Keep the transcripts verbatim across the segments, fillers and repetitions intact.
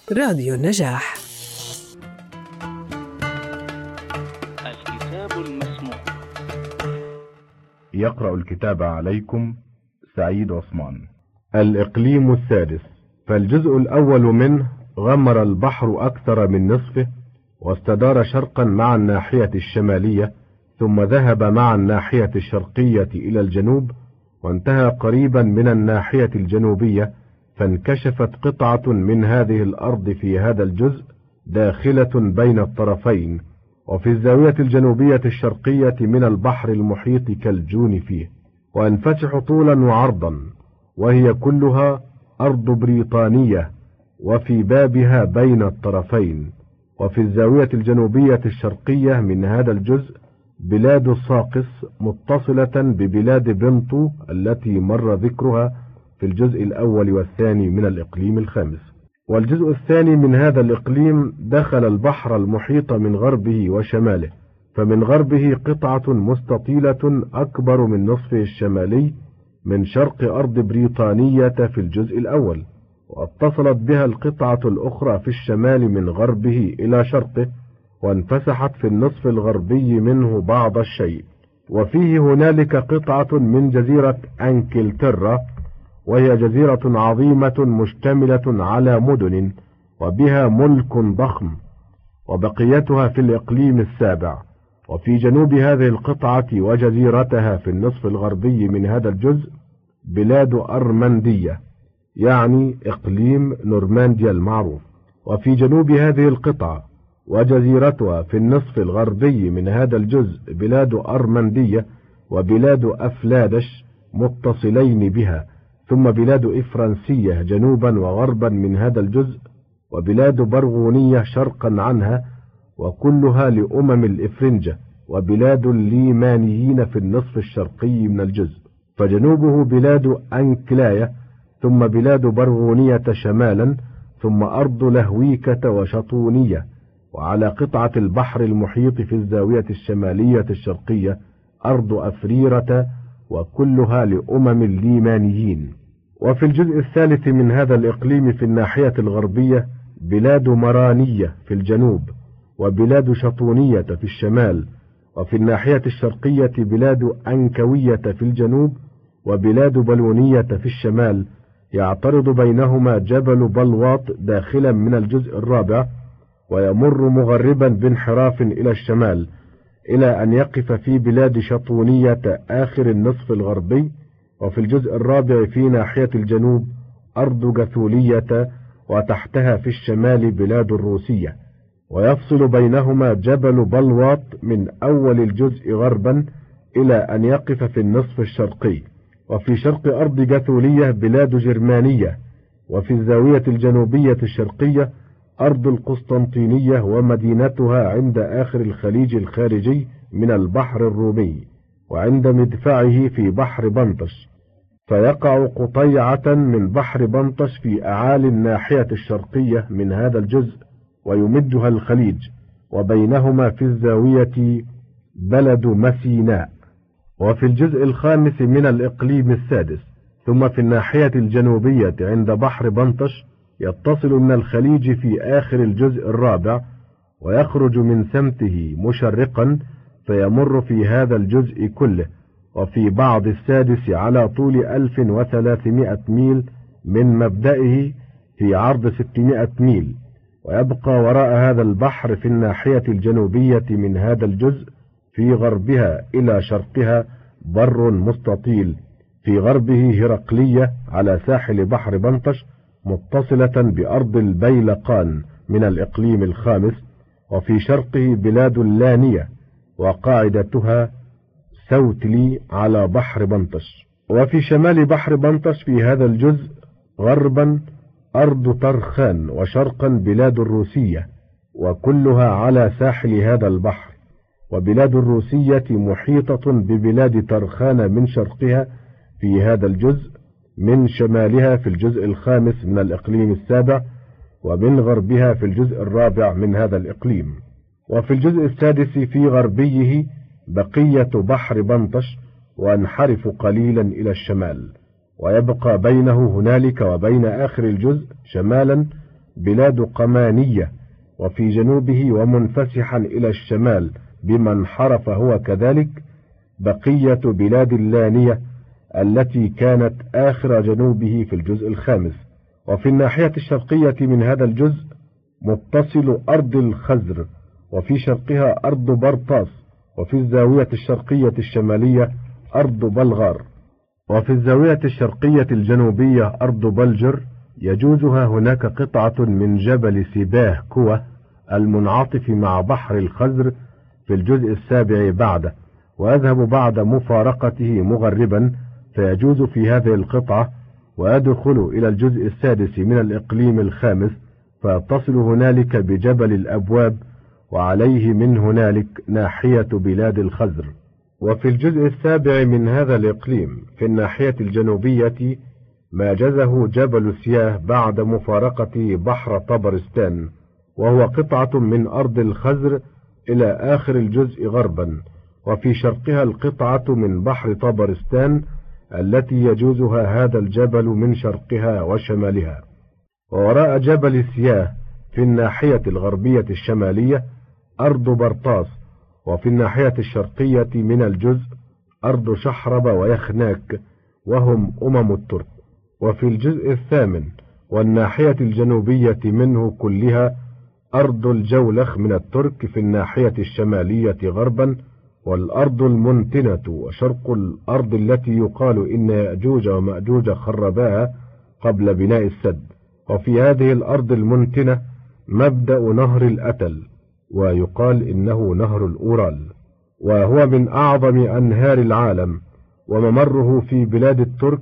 راديو النجاح. الكتاب المسموع. يقرأ الكتاب عليكم سعيد عثمان. الإقليم السادس. فالجزء الأول منه غمر البحر أكثر من نصفه، واستدار شرقا مع الناحية الشمالية، ثم ذهب مع الناحية الشرقية إلى الجنوب، وانتهى قريبا من الناحية الجنوبية، فانكشفت قطعة من هذه الأرض في هذا الجزء داخلة بين الطرفين، وفي الزاوية الجنوبية الشرقية من البحر المحيط كالجون فيه، وانفتح طولا وعرضا، وهي كلها أرض بريطانية، وفي بابها بين الطرفين. وفي الزاوية الجنوبية الشرقية من هذا الجزء بلاد صاقس متصلة ببلاد بنطو التي مر ذكرها في الجزء الأول والثاني من الإقليم الخامس. والجزء الثاني من هذا الإقليم دخل البحر المحيط من غربه وشماله، فمن غربه قطعة مستطيلة أكبر من نصفه الشمالي من شرق أرض بريطانية في الجزء الأول، واتصلت بها القطعة الأخرى في الشمال من غربه إلى شرقه، وانفسحت في النصف الغربي منه بعض الشيء. وفيه هنالك قطعة من جزيرة أنكلترا، وهي جزيرة عظيمة مشتملة على مدن وبها ملك ضخم، وبقيتها في الإقليم السابع. وفي جنوب هذه القطعة وجزيرتها في النصف الغربي من هذا الجزء بلاد أرمندية، يعني إقليم نورمانديا المعروف. وفي جنوب هذه القطعة وجزيرتها في النصف الغربي من هذا الجزء بلاد أرمندية وبلاد أفلادش متصلين بها، ثم بلاد إفرنسية جنوبا وغربا من هذا الجزء، وبلاد برغونية شرقا عنها، وكلها لأمم الإفرنجة، وبلاد الليمانيين في النصف الشرقي من الجزء. فجنوبه بلاد أنكلاية، ثم بلاد برغونية شمالا، ثم أرض لهويكة وشطونية. وعلى قطعة البحر المحيط في الزاوية الشمالية الشرقية أرض أفريرة، وكلها لأمم الليمانيين. وفي الجزء الثالث من هذا الإقليم في الناحية الغربية بلاد مرانية في الجنوب، وبلاد شطونية في الشمال. وفي الناحية الشرقية بلاد أنكوية في الجنوب، وبلاد بلونية في الشمال، يعترض بينهما جبل بلواط داخلا من الجزء الرابع، ويمر مغربا بانحراف إلى الشمال إلى أن يقف في بلاد شطونية آخر النصف الغربي. وفي الجزء الرابع في ناحية الجنوب أرض جثولية، وتحتها في الشمال بلاد الروسية، ويفصل بينهما جبل بلواط من أول الجزء غربا إلى أن يقف في النصف الشرقي. وفي شرق أرض جثولية بلاد جرمانية. وفي الزاوية الجنوبية الشرقية أرض القسطنطينية ومدينتها عند آخر الخليج الخارجي من البحر الرومي، وعند مدفعه في بحر بنطش، فيقع قطيعة من بحر بنطش في أعالي الناحية الشرقية من هذا الجزء، ويمدها الخليج، وبينهما في الزاوية بلد مسيناء. وفي الجزء الخامس من الإقليم السادس ثم في الناحية الجنوبية عند بحر بنطش يتصل من الخليج في آخر الجزء الرابع، ويخرج من سمته مشرقا، فيمر في هذا الجزء كله، وفي بعض السادس على طول ألف وثلاثمائة ميل من مبدئه في عرض ستمائة ميل. ويبقى وراء هذا البحر في الناحية الجنوبية من هذا الجزء في غربها إلى شرقها بر مستطيل، في غربه هرقلية على ساحل بحر بنطش متصلة بأرض البيلقان من الإقليم الخامس، وفي شرقه بلاد اللانية وقاعدتها سوتلي على بحر بنطش. وفي شمال بحر بنطش في هذا الجزء غربا أرض ترخان، وشرقا بلاد الروسية، وكلها على ساحل هذا البحر. وبلاد الروسية محيطة ببلاد ترخان من شرقها في هذا الجزء، من شمالها في الجزء الخامس من الإقليم السابع، ومن غربها في الجزء الرابع من هذا الإقليم. وفي الجزء السادس في غربيه بقية بحر بنطش، وانحرف قليلا إلى الشمال، ويبقى بينه هنالك وبين آخر الجزء شمالا بلاد قمانية، وفي جنوبه ومنفسحا إلى الشمال بما انحرف هو كذلك بقية بلاد اللانية التي كانت آخر جنوبه في الجزء الخامس. وفي الناحية الشرقية من هذا الجزء متصل أرض الخزر، وفي شرقها أرض برطاس، وفي الزاوية الشرقية الشمالية أرض بلغار، وفي الزاوية الشرقية الجنوبية أرض بلجر. يجوزها هناك قطعة من جبل سباه كوة المنعطف مع بحر الخزر في الجزء السابع بعده، ويذهب بعد مفارقته مغربا، فيجوز في هذه القطعة ويدخل إلى الجزء السادس من الإقليم الخامس، فيتصل هنالك بجبل الأبواب، وعليه من هنالك ناحية بلاد الخزر. وفي الجزء السابع من هذا الإقليم في الناحية الجنوبية ما جزه جبل سياه بعد مفارقة بحر طبرستان، وهو قطعة من أرض الخزر إلى آخر الجزء غربا، وفي شرقها القطعة من بحر طبرستان التي يجوزها هذا الجبل من شرقها وشمالها. ووراء جبل سياه في الناحية الغربية الشمالية أرض برطاس، وفي الناحية الشرقية من الجزء أرض شحرب ويخناك، وهم أمم الترك. وفي الجزء الثامن والناحية الجنوبية منه كلها أرض الجولخ من الترك في الناحية الشمالية غربا، والأرض المنتنة وشرق الأرض التي يقال إن يأجوج ومأجوج خرباها قبل بناء السد. وفي هذه الأرض المنتنة مبدأ نهر الأتل، ويقال إنه نهر الأورال، وهو من أعظم أنهار العالم، وممره في بلاد الترك،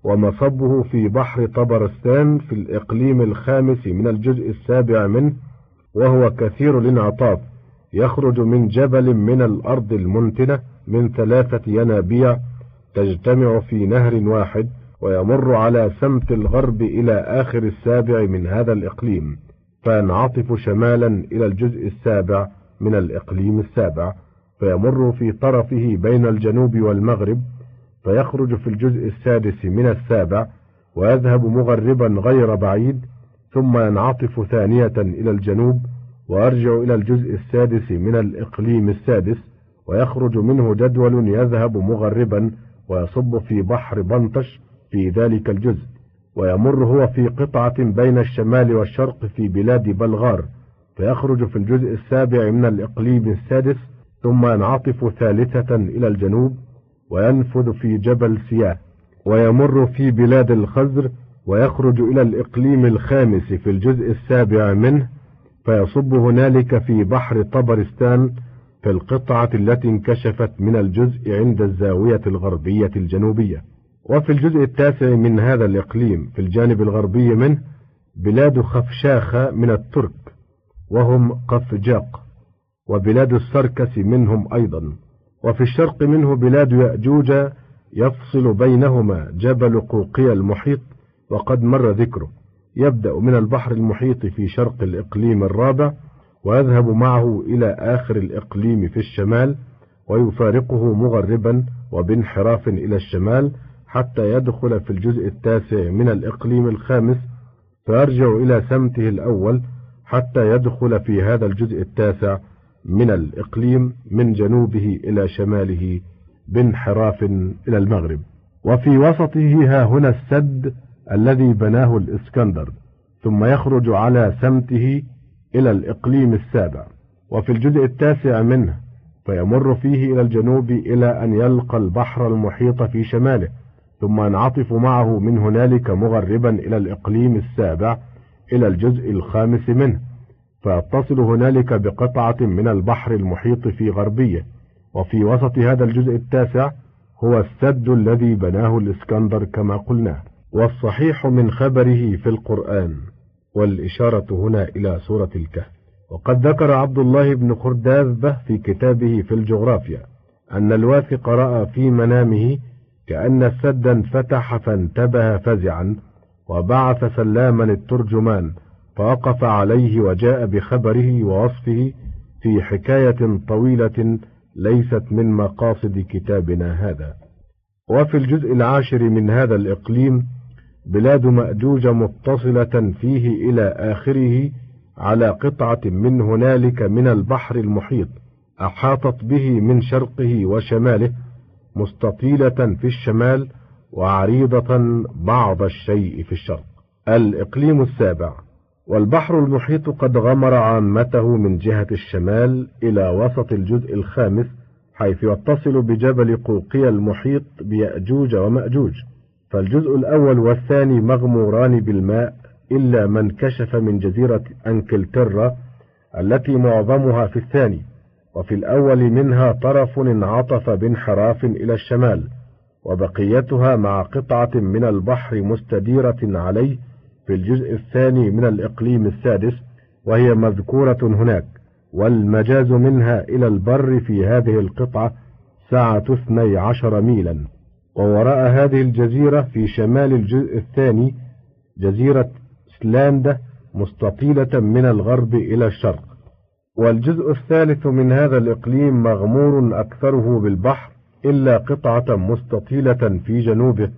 ومصبه في بحر طبرستان في الإقليم الخامس من الجزء السابع منه، وهو كثير الانعطاف، يخرج من جبل من الأرض المنتنة من ثلاثة ينابيع تجتمع في نهر واحد، ويمر على سمت الغرب إلى آخر السابع من هذا الإقليم، فينعطف شمالا إلى الجزء السابع من الإقليم السابع، فيمر في طرفه بين الجنوب والمغرب، فيخرج في الجزء السادس من السابع ويذهب مغربا غير بعيد، ثم ينعطف ثانية إلى الجنوب ويرجع إلى الجزء السادس من الإقليم السادس، ويخرج منه جدول يذهب مغربا ويصب في بحر بنطش في ذلك الجزء، ويمر هو في قطعة بين الشمال والشرق في بلاد بلغار، فيخرج في الجزء السابع من الإقليم السادس، ثم ينعطف ثالثة إلى الجنوب وينفذ في جبل سياه، ويمر في بلاد الخزر، ويخرج إلى الإقليم الخامس في الجزء السابع منه، فيصب هنالك في بحر طبرستان في القطعة التي انكشفت من الجزء عند الزاوية الغربية الجنوبية. وفي الجزء التاسع من هذا الإقليم في الجانب الغربي منه بلاد خفشاخة من الترك، وهم قفجاق، وبلاد السركس منهم أيضا. وفي الشرق منه بلاد يأجوج يفصل بينهما جبل قوقية المحيط، وقد مر ذكره، يبدأ من البحر المحيط في شرق الإقليم الرابع، ويذهب معه إلى آخر الإقليم في الشمال، ويفارقه مغربا وبانحراف إلى الشمال حتى يدخل في الجزء التاسع من الإقليم الخامس، فيرجع إلى سمته الأول حتى يدخل في هذا الجزء التاسع من الإقليم من جنوبه إلى شماله بانحراف إلى المغرب. وفي وسطه ها هنا السد الذي بناه الإسكندر، ثم يخرج على سمته إلى الإقليم السابع. وفي الجزء التاسع منه فيمر فيه إلى الجنوب إلى أن يلقى البحر المحيط في شماله، ثم ينعطف معه من هنالك مغربا إلى الإقليم السابع إلى الجزء الخامس منه، فيتصل هنالك بقطعة من البحر المحيط في غربيه. وفي وسط هذا الجزء التاسع هو السد الذي بناه الإسكندر كما قلنا. والصحيح من خبره في القرآن، والإشارة هنا إلى سورة الكهف. وقد ذكر عبد الله بن خرداذبة في كتابه في الجغرافيا أن الواثق رأى في منامه كأن السد انفتح فانتبه فزعا، وبعث سلاما الترجمان فوقف عليه وجاء بخبره ووصفه في حكاية طويلة ليست من مقاصد كتابنا هذا. وفي الجزء العاشر من هذا الإقليم بلاد مأجوج متصلة فيه إلى آخره على قطعة من هنالك من البحر المحيط، أحاطت به من شرقه وشماله، مستطيلة في الشمال وعريضة بعض الشيء في الشرق. الإقليم السابع. والبحر المحيط قد غمر عامته من جهة الشمال إلى وسط الجزء الخامس، حيث يتصل بجبل قوقية المحيط بيأجوج ومأجوج، فالجزء الأول والثاني مغموران بالماء إلا ما انكشف من جزيرة أنكلترا التي معظمها في الثاني، وفي الأول منها طرف انعطف بانحراف إلى الشمال، وبقيتها مع قطعة من البحر مستديرة عليه في الجزء الثاني من الإقليم السادس، وهي مذكورة هناك. والمجاز منها إلى البر في هذه القطعة سعة اثني عشر ميلا. ووراء هذه الجزيرة في شمال الجزء الثاني جزيرة سلاندا مستطيلة من الغرب إلى الشرق. والجزء الثالث من هذا الإقليم مغمور أكثره بالبحر إلا قطعة مستطيلة في جنوبه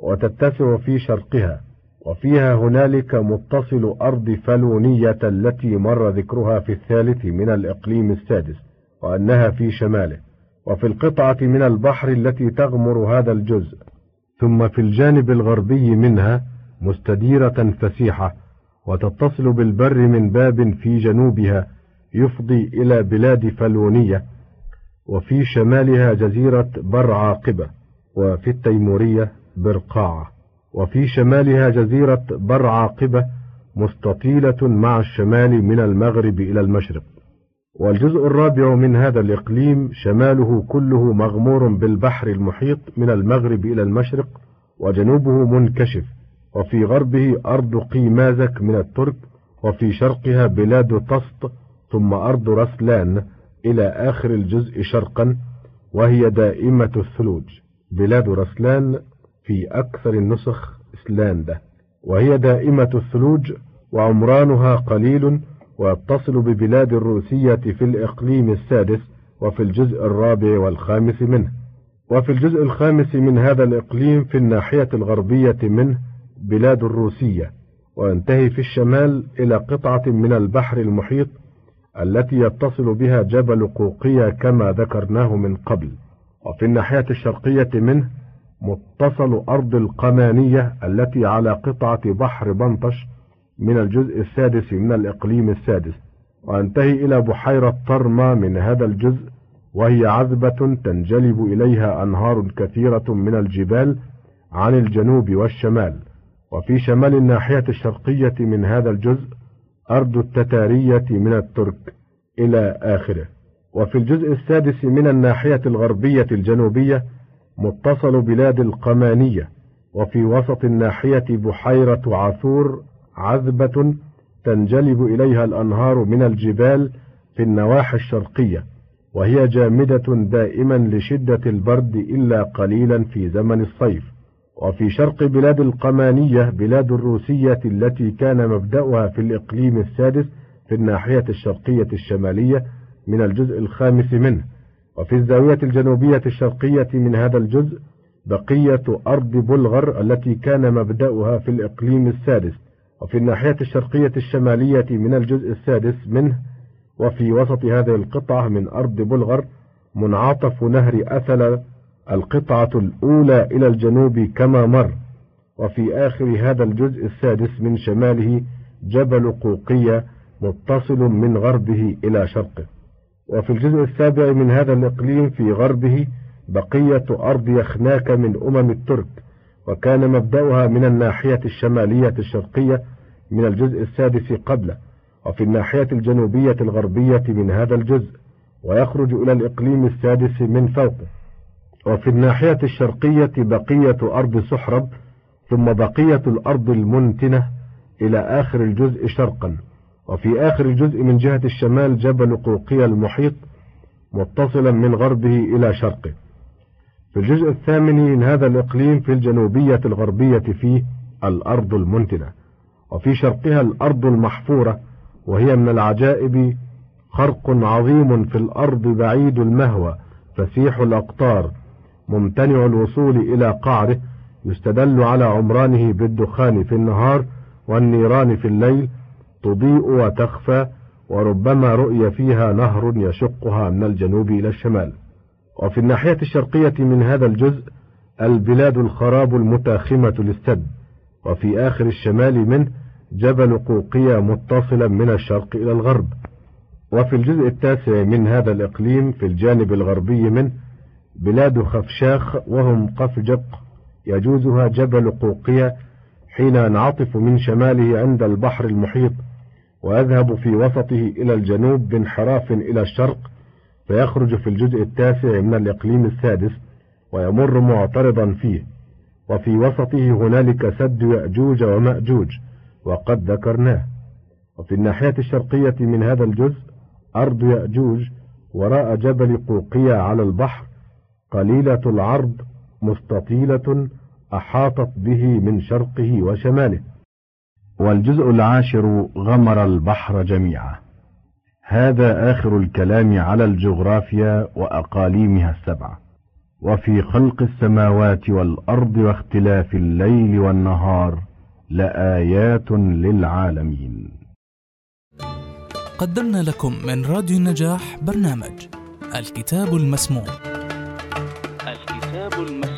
وتتسع في شرقها، وفيها هنالك متصل أرض فلونية التي مر ذكرها في الثالث من الإقليم السادس، وأنها في شماله، وفي القطعة من البحر التي تغمر هذا الجزء. ثم في الجانب الغربي منها مستديرة فسيحة وتتصل بالبر من باب في جنوبها يفضي إلى بلاد فلونية، وفي شمالها جزيرة بر عاقبة، وفي التيمورية برقاعة، وفي شمالها جزيرة بر عاقبة مستطيلة مع الشمال من المغرب إلى المشرق. والجزء الرابع من هذا الإقليم شماله كله مغمور بالبحر المحيط من المغرب إلى المشرق، وجنوبه منكشف، وفي غربه أرض قيمازك من الترك، وفي شرقها بلاد طسط، ثم أرض رسلان إلى آخر الجزء شرقا، وهي دائمة الثلوج. بلاد رسلان في أكثر النسخ إسلاندا، وهي دائمة الثلوج، وعمرانها قليل، ويتصل ببلاد الروسية في الإقليم السادس وفي الجزء الرابع والخامس منه. وفي الجزء الخامس من هذا الإقليم في الناحية الغربية منه بلاد الروسية، وينتهي في الشمال إلى قطعة من البحر المحيط التي يتصل بها جبل قوقية كما ذكرناه من قبل. وفي الناحية الشرقية منه متصل أرض القمانية التي على قطعة بحر بنطش من الجزء السادس من الإقليم السادس، وينتهي إلى بحيرة طرما من هذا الجزء، وهي عذبة تنجلب إليها أنهار كثيرة من الجبال عن الجنوب والشمال. وفي شمال الناحية الشرقية من هذا الجزء أرض التتارية من الترك إلى آخره. وفي الجزء السادس من الناحية الغربية الجنوبية متصل بلاد القمانية، وفي وسط الناحية بحيرة عثور عذبة تنجلب إليها الأنهار من الجبال في النواحي الشرقية، وهي جامدة دائما لشدة البرد إلا قليلا في زمن الصيف. وفي شرق بلاد القمانية بلاد الروسية التي كان مبدأها في الإقليم السادس في الناحية الشرقية الشمالية من الجزء الخامس منه. وفي الزاوية الجنوبية الشرقية من هذا الجزء بقية أرض بلغر التي كان مبدأها في الإقليم السادس. وفي الناحية الشرقية الشمالية من الجزء السادس منه وفي وسط هذه القطعة من أرض بلغر منعطف نهر أثل القطعة الأولى إلى الجنوب كما مر. وفي آخر هذا الجزء السادس من شماله جبل قوقية متصل من غربه إلى شرقه. وفي الجزء السابع من هذا الإقليم في غربه بقية أرض يخناك من أمم الترك، وكان مبدأها من الناحية الشمالية الشرقية من الجزء السادس قبله، وفي الناحية الجنوبية الغربية من هذا الجزء، ويخرج إلى الإقليم السادس من فوقه. وفي الناحية الشرقية بقية أرض سحرب، ثم بقية الأرض المنتنة إلى آخر الجزء شرقا. وفي آخر الجزء من جهة الشمال جبل قوقية المحيط متصلا من غربه إلى شرقه. في الجزء الثامن من هذا الإقليم في الجنوبية الغربية فيه الأرض المنتنة، وفي شرقها الأرض المحفورة، وهي من العجائب خرق عظيم في الأرض بعيد المهوى فسيح الأقطار ممتنع الوصول إلى قعره، يستدل على عمرانه بالدخان في النهار والنيران في الليل، تضيء وتخفى، وربما رؤي فيها نهر يشقها من الجنوب إلى الشمال. وفي الناحية الشرقية من هذا الجزء البلاد الخراب المتاخمة للسد، وفي آخر الشمال منه جبل قوقية متصلا من الشرق إلى الغرب. وفي الجزء التاسع من هذا الإقليم في الجانب الغربي منه بلاد خفشاخ وهم قفجق، يجوزها جبل قوقية حين ينعطف من شماله عند البحر المحيط، ويذهب في وسطه إلى الجنوب بانحراف إلى الشرق، فيخرج في الجزء التاسع من الإقليم السادس ويمر معترضا فيه. وفي وسطه هنالك سد يأجوج ومأجوج وقد ذكرناه. وفي الناحية الشرقية من هذا الجزء أرض يأجوج وراء جبل قوقية على البحر، قليلة العرض مستطيلة أحاطت به من شرقه وشماله. والجزء العاشر غمر البحر جميعا. هذا آخر الكلام على الجغرافيا وأقاليمها السبعة. وفي خلق السماوات والأرض واختلاف الليل والنهار لآيات للعالمين. قدمنا لكم من راديو النجاح برنامج الكتاب المسموع. الكتاب المسموع